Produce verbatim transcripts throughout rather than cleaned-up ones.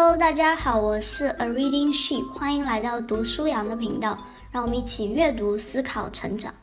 Hello， 大家好，我是 A Reading Sheep， 欢迎来到读书羊的频道，让我们一起阅读、思考、成长。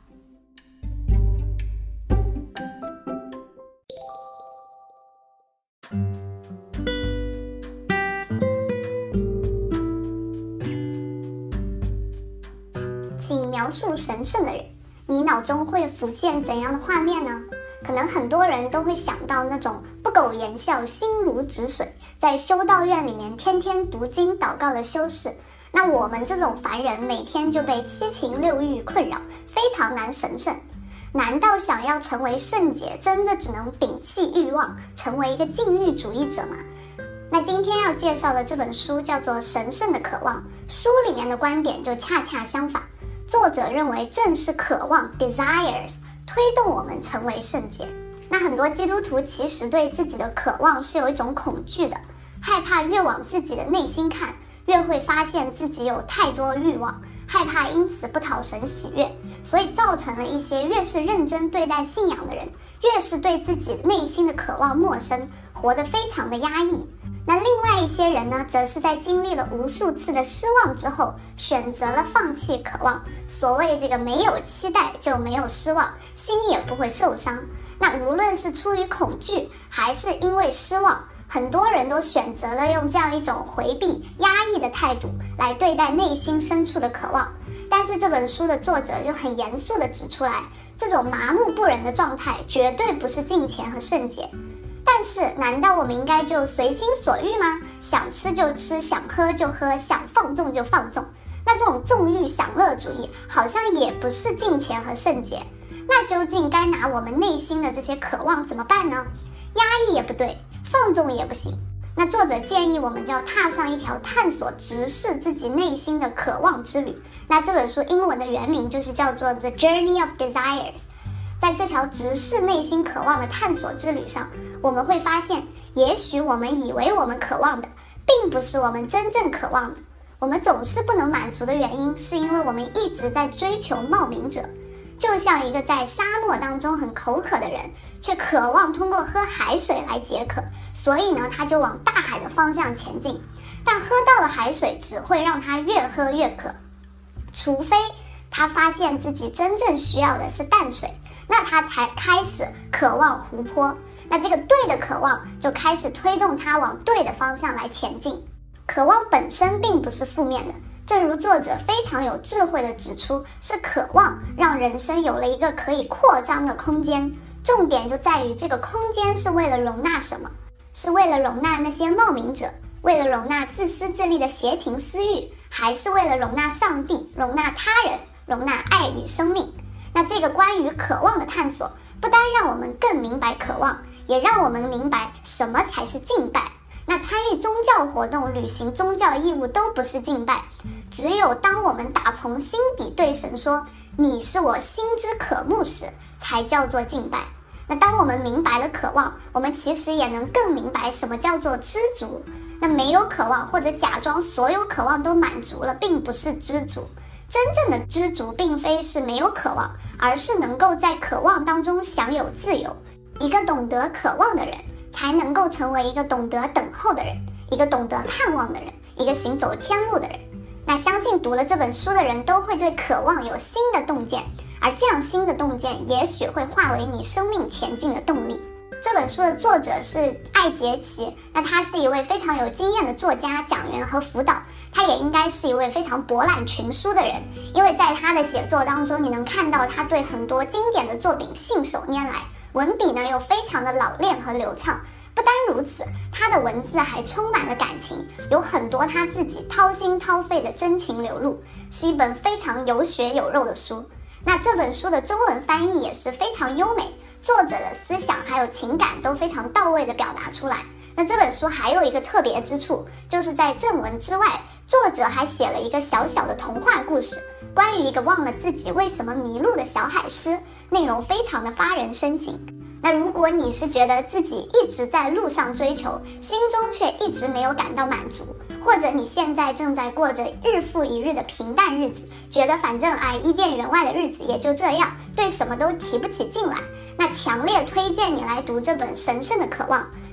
请描述神圣的人，你脑中会浮现怎样的画面呢？可能很多人都会想到那种不苟言笑、心如止水，在修道院里面天天读经祷告的修士。那我们这种凡人每天就被七情六欲困扰，非常难神圣。难道想要成为圣洁，真的只能摒弃欲望，成为一个禁欲主义者吗？那今天要介绍的这本书叫做《神圣的渴望》，书里面的观点就恰恰相反。作者认为正是渴望 desires 推动我们成为圣洁。那很多基督徒其实对自己的渴望是有一种恐惧的，害怕越往自己的内心看，越会发现自己有太多欲望，害怕因此不讨神喜悦，所以造成了一些越是认真对待信仰的人，越是对自己内心的渴望陌生，活得非常的压抑。那另外一些人呢，则是在经历了无数次的失望之后，选择了放弃渴望。所谓这个没有期待就没有失望，心也不会受伤。那无论是出于恐惧，还是因为失望，很多人都选择了用这样一种回避、压抑的态度来对待内心深处的渴望。但是这本书的作者就很严肃地指出来，这种麻木不仁的状态绝对不是敬虔和圣洁。但是难道我们应该就随心所欲吗？想吃就吃，想喝就喝，想放纵就放纵？那这种纵欲享乐主义好像也不是敬虔和圣洁。那究竟该拿我们内心的这些渴望怎么办呢？压抑也不对，放纵也不行。那作者建议我们就要踏上一条探索直视自己内心的渴望之旅。那这本书英文的原名就是叫做 The Journey of Desires。在这条直视内心渴望的探索之旅上，我们会发现，也许我们以为我们渴望的，并不是我们真正渴望的。我们总是不能满足的原因，是因为我们一直在追求冒名者。就像一个在沙漠当中很口渴的人，却渴望通过喝海水来解渴，所以呢，他就往大海的方向前进。但喝到了海水，只会让他越喝越渴，除非他发现自己真正需要的是淡水。那他才开始渴望湖泊，那这个对的渴望就开始推动他往对的方向来前进。渴望本身并不是负面的，正如作者非常有智慧地指出，是渴望让人生有了一个可以扩张的空间。重点就在于这个空间是为了容纳什么？是为了容纳那些冒名者，为了容纳自私自利的邪情私欲，还是为了容纳上帝，容纳他人，容纳爱与生命？那这个关于渴望的探索，不单让我们更明白渴望，也让我们明白什么才是敬拜。那参与宗教活动、履行宗教义务都不是敬拜，只有当我们打从心底对神说你是我心之渴慕时，才叫做敬拜。那当我们明白了渴望，我们其实也能更明白什么叫做知足。那没有渴望，或者假装所有渴望都满足了，并不是知足。真正的知足并非是没有渴望，而是能够在渴望当中享有自由。一个懂得渴望的人，才能够成为一个懂得等候的人，一个懂得盼望的人，一个行走天路的人。那相信读了这本书的人都会对渴望有新的洞见，而这样新的洞见也许会化为你生命前进的动力。这本书的作者是艾杰奇，那他是一位非常有经验的作家、讲员和辅导，他也应该是一位非常博览群书的人，因为在他的写作当中，你能看到他对很多经典的作品信手拈来，文笔呢又非常的老练和流畅。不单如此，他的文字还充满了感情，有很多他自己掏心掏肺的真情流露，是一本非常有血有肉的书。那这本书的中文翻译也是非常优美，作者的思想还有情感都非常到位的表达出来。那这本书还有一个特别之处，就是在正文之外，作者还写了一个小小的童话故事，关于一个忘了自己为什么迷路的小海狮，内容非常的发人深省。那如果你是觉得自己一直在路上追求，心中却一直没有感到满足，或者你现在正在过着日复一日的平淡日子，觉得反正哎伊甸园外的日子也就这样，对什么都提不起劲来，那强烈推荐你来读这本《神圣的渴望》。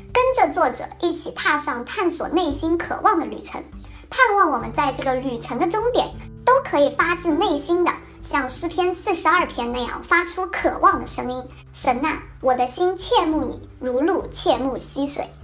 跟着作者一起踏上探索内心渴望的旅程，盼望我们在这个旅程的终点都可以发自内心的像诗篇四十二篇那样发出渴望的声音。神啊，我的心切慕你，如鹿切慕溪水。